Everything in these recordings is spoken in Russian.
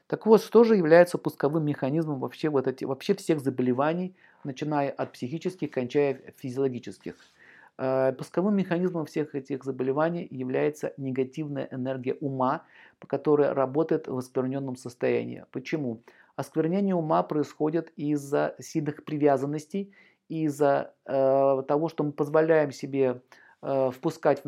Так вот, что же является пусковым механизмом вообще всех заболеваний, начиная от психических, кончая физиологических? Пусковым механизмом всех этих заболеваний является негативная энергия ума, которая работает в оскверненном состоянии. Почему? Осквернение ума происходит из-за сильных привязанностей, из-за того, что мы позволяем себе впускать в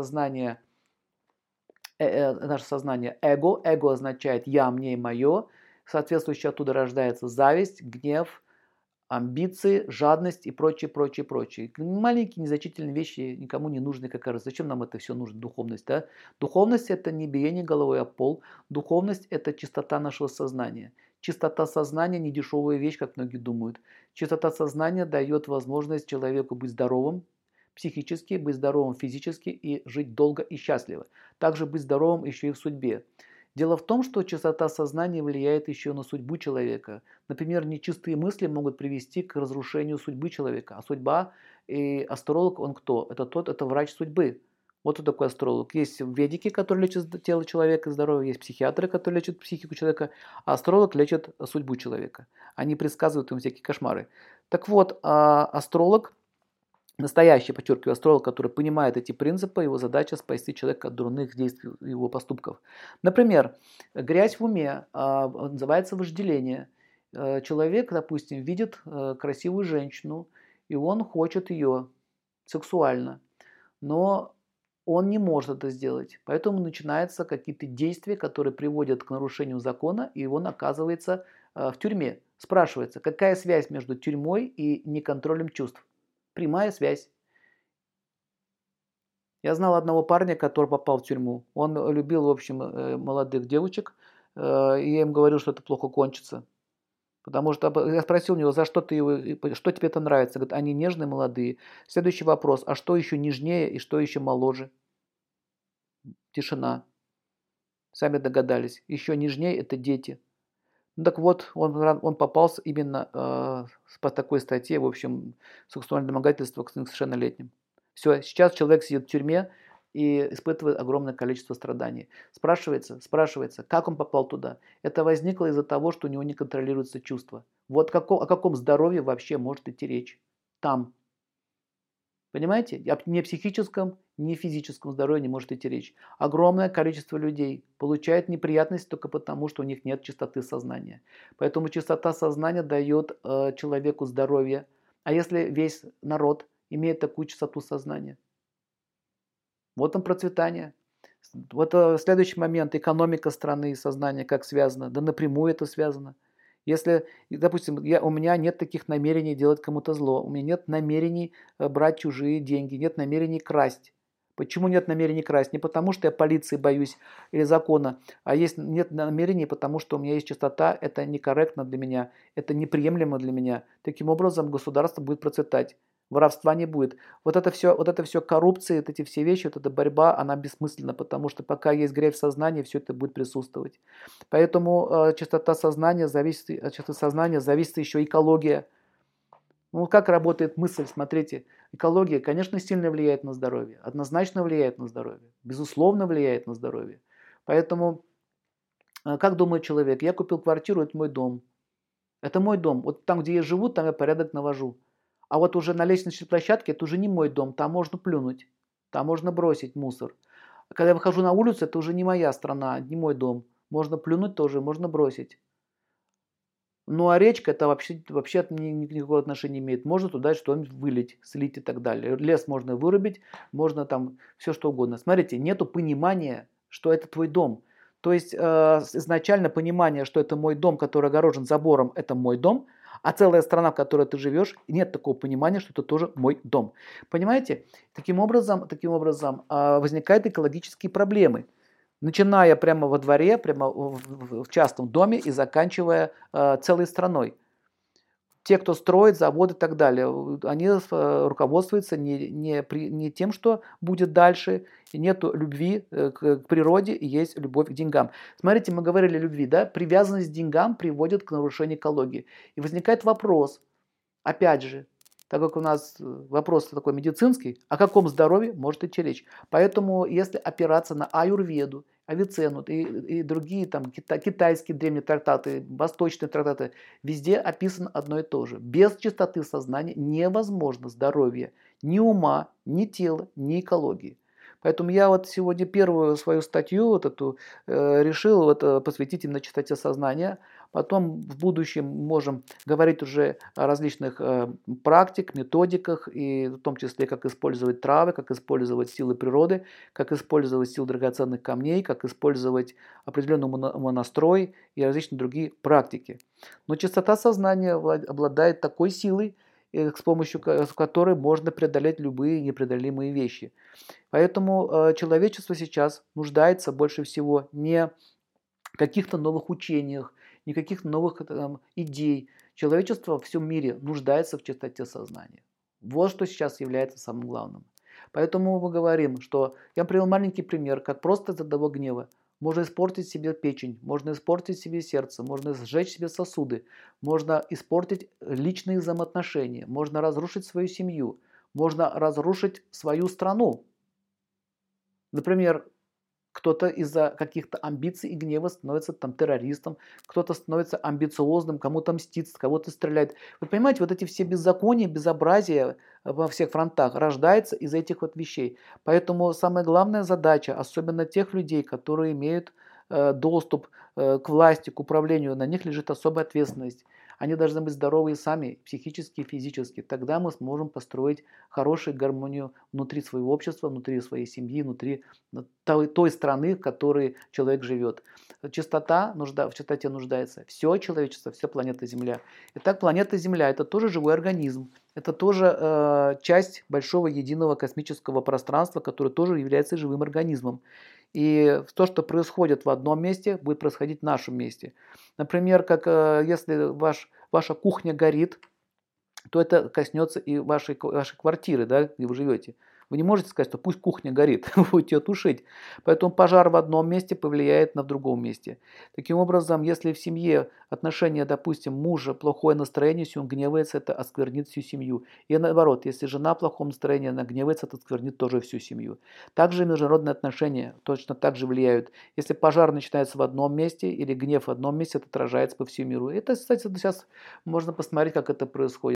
наше сознание эго. Эго означает «я», «мне» и «моё». Соответствующе оттуда рождается зависть, гнев, амбиции, жадность и прочее, прочее, прочее. Маленькие незначительные вещи никому не нужны, как кажется. Зачем нам это все нужно, духовность, да? Духовность – это не биение головой о пол. Духовность – это чистота нашего сознания. Чистота сознания – не дешевая вещь, как многие думают. Чистота сознания дает возможность человеку быть здоровым психически, быть здоровым физически и жить долго и счастливо. Также быть здоровым еще и в судьбе. Дело в том, что чистота сознания влияет еще на судьбу человека. Например, нечистые мысли могут привести к разрушению судьбы человека. А судьба и астролог, он кто? Это врач судьбы. Вот кто такой астролог. Есть ведики, которые лечат тело человека, здоровье, есть психиатры, которые лечат психику человека, а астролог лечит судьбу человека. Они предсказывают ему всякие кошмары. Так вот, астролог, настоящий, подчеркиваю, астролог, который понимает эти принципы, его задача спасти человека от дурных действий его поступков. Например, грязь в уме называется вожделение. Человек, допустим, видит красивую женщину, и он хочет ее сексуально, но он не может это сделать. Поэтому начинаются какие-то действия, которые приводят к нарушению закона, и он оказывается в тюрьме. Спрашивается, какая связь между тюрьмой и неконтролем чувств? Прямая связь. Я знал одного парня, который попал в тюрьму. Он любил, в общем, молодых девочек, и я им говорил, что это плохо кончится. Потому что я спросил у него, за что что тебе это нравится? Говорит, они нежные, молодые. Следующий вопрос, а что еще нежнее и что еще моложе? Тишина. Сами догадались. Еще нежнее это дети. Ну так вот, он попался именно по такой статье, в общем, сексуальное домогательство к несовершеннолетним. Все, сейчас человек сидит в тюрьме и испытывает огромное количество страданий. Спрашивается, как он попал туда? Это возникло из-за того, что у него не контролируются чувства. Вот о каком здоровье вообще может идти речь? Там. Понимаете? Ни о психическом, ни о физическом здоровье не может идти речь. Огромное количество людей получает неприятности только потому, что у них нет чистоты сознания. Поэтому чистота сознания дает человеку здоровье. А если весь народ имеет такую чистоту сознания? Вот там процветание. Вот следующий момент. Экономика страны и сознание как связано? Да напрямую это связано. Если, допустим, у меня нет таких намерений делать кому-то зло, у меня нет намерений брать чужие деньги, нет намерений красть. Почему нет намерений красть? Не потому, что я полиции боюсь или закона, а нет намерений, потому что у меня есть чистота, это некорректно для меня, это неприемлемо для меня. Таким образом, государство будет процветать. Воровства не будет. Вот это все коррупция, вот эти все вещи, вот эта борьба, она бессмысленна, потому что пока есть грязь в сознании, все это будет присутствовать. Поэтому от чистоты сознания зависит еще экология. Ну, как работает мысль, смотрите. Экология, конечно, сильно влияет на здоровье, однозначно влияет на здоровье, безусловно влияет на здоровье. Поэтому, как думает человек, я купил квартиру, это мой дом. Это мой дом. Вот там, где я живу, там я порядок навожу. А вот уже на лестничной площадке это уже не мой дом, там можно плюнуть, там можно бросить мусор. А когда я выхожу на улицу, это уже не моя страна, не мой дом. Можно плюнуть тоже, можно бросить. Ну а речка это вообще никакого отношения не имеет. Можно туда что-нибудь вылить, слить и так далее. Лес можно вырубить, можно там все что угодно. Смотрите, нету понимания, что это твой дом. То есть изначально понимание, что это мой дом, который огорожен забором, это мой дом, а целая страна, в которой ты живешь, нет такого понимания, что это тоже мой дом. Понимаете? Таким образом возникают экологические проблемы. Начиная прямо во дворе, прямо в частном доме и заканчивая целой страной. Те, кто строит заводы и так далее, они руководствуются не тем, что будет дальше, нет любви к природе, и есть любовь к деньгам. Смотрите, мы говорили о любви, да? Привязанность к деньгам приводит к нарушению экологии. И возникает вопрос, опять же, Так как у нас вопрос такой медицинский, о каком здоровье может идти речь. Поэтому если опираться на аюрведу, Авиценну и другие там китайские древние трактаты, восточные трактаты, везде описано одно и то же. Без чистоты сознания невозможно здоровье ни ума, ни тела, ни экологии. Поэтому я вот сегодня первую свою статью вот эту решил посвятить именно чистоте сознания. Потом в будущем можем говорить уже о различных практик, методиках, и в том числе, как использовать травы, как использовать силы природы, как использовать силы драгоценных камней, как использовать определенный умонастрой и различные другие практики. Но чистота сознания обладает такой силой, с помощью которой можно преодолеть любые непреодолимые вещи. Поэтому человечество сейчас нуждается больше всего не в каких-то новых учениях, не в каких-то новых идей. Человечество во всем мире нуждается в чистоте сознания. Вот что сейчас является самым главным. Поэтому мы говорим, что я привел маленький пример, как просто из одного гнева можно испортить себе печень, можно испортить себе сердце, можно сжечь себе сосуды, можно испортить личные взаимоотношения, можно разрушить свою семью, можно разрушить свою страну. Например, кто-то из-за каких-то амбиций и гнева становится там террористом, кто-то становится амбициозным, кому-то мстит, кого-то стреляет. Вы понимаете, вот эти все беззакония, безобразия во всех фронтах рождается из этих вот вещей. Поэтому самая главная задача, особенно тех людей, которые имеют доступ к власти, к управлению, на них лежит особая ответственность. Они должны быть здоровы и сами, психически и физически. Тогда мы сможем построить хорошую гармонию внутри своего общества, внутри своей семьи, внутри той страны, в которой человек живет. В чистоте нуждается все человечество, вся планета Земля. Итак, планета Земля – это тоже живой организм. Это тоже часть большого единого космического пространства, которое тоже является живым организмом. И то, что происходит в одном месте, будет происходить в нашем месте. Например, как если ваша кухня горит, то это коснется и вашей квартиры, да, где вы живете. Вы не можете сказать, что пусть кухня горит, вы будете ее тушить. Поэтому пожар в одном месте повлияет на другом месте. Таким образом, если в семье отношения, допустим, мужа плохое настроение, если он гневается, это осквернит всю семью. И наоборот, если жена в плохом настроении, она гневается, это осквернит тоже всю семью. Также международные отношения точно так же влияют. Если пожар начинается в одном месте или гнев в одном месте, это отражается по всему миру. Это, кстати, сейчас можно посмотреть, как это происходит.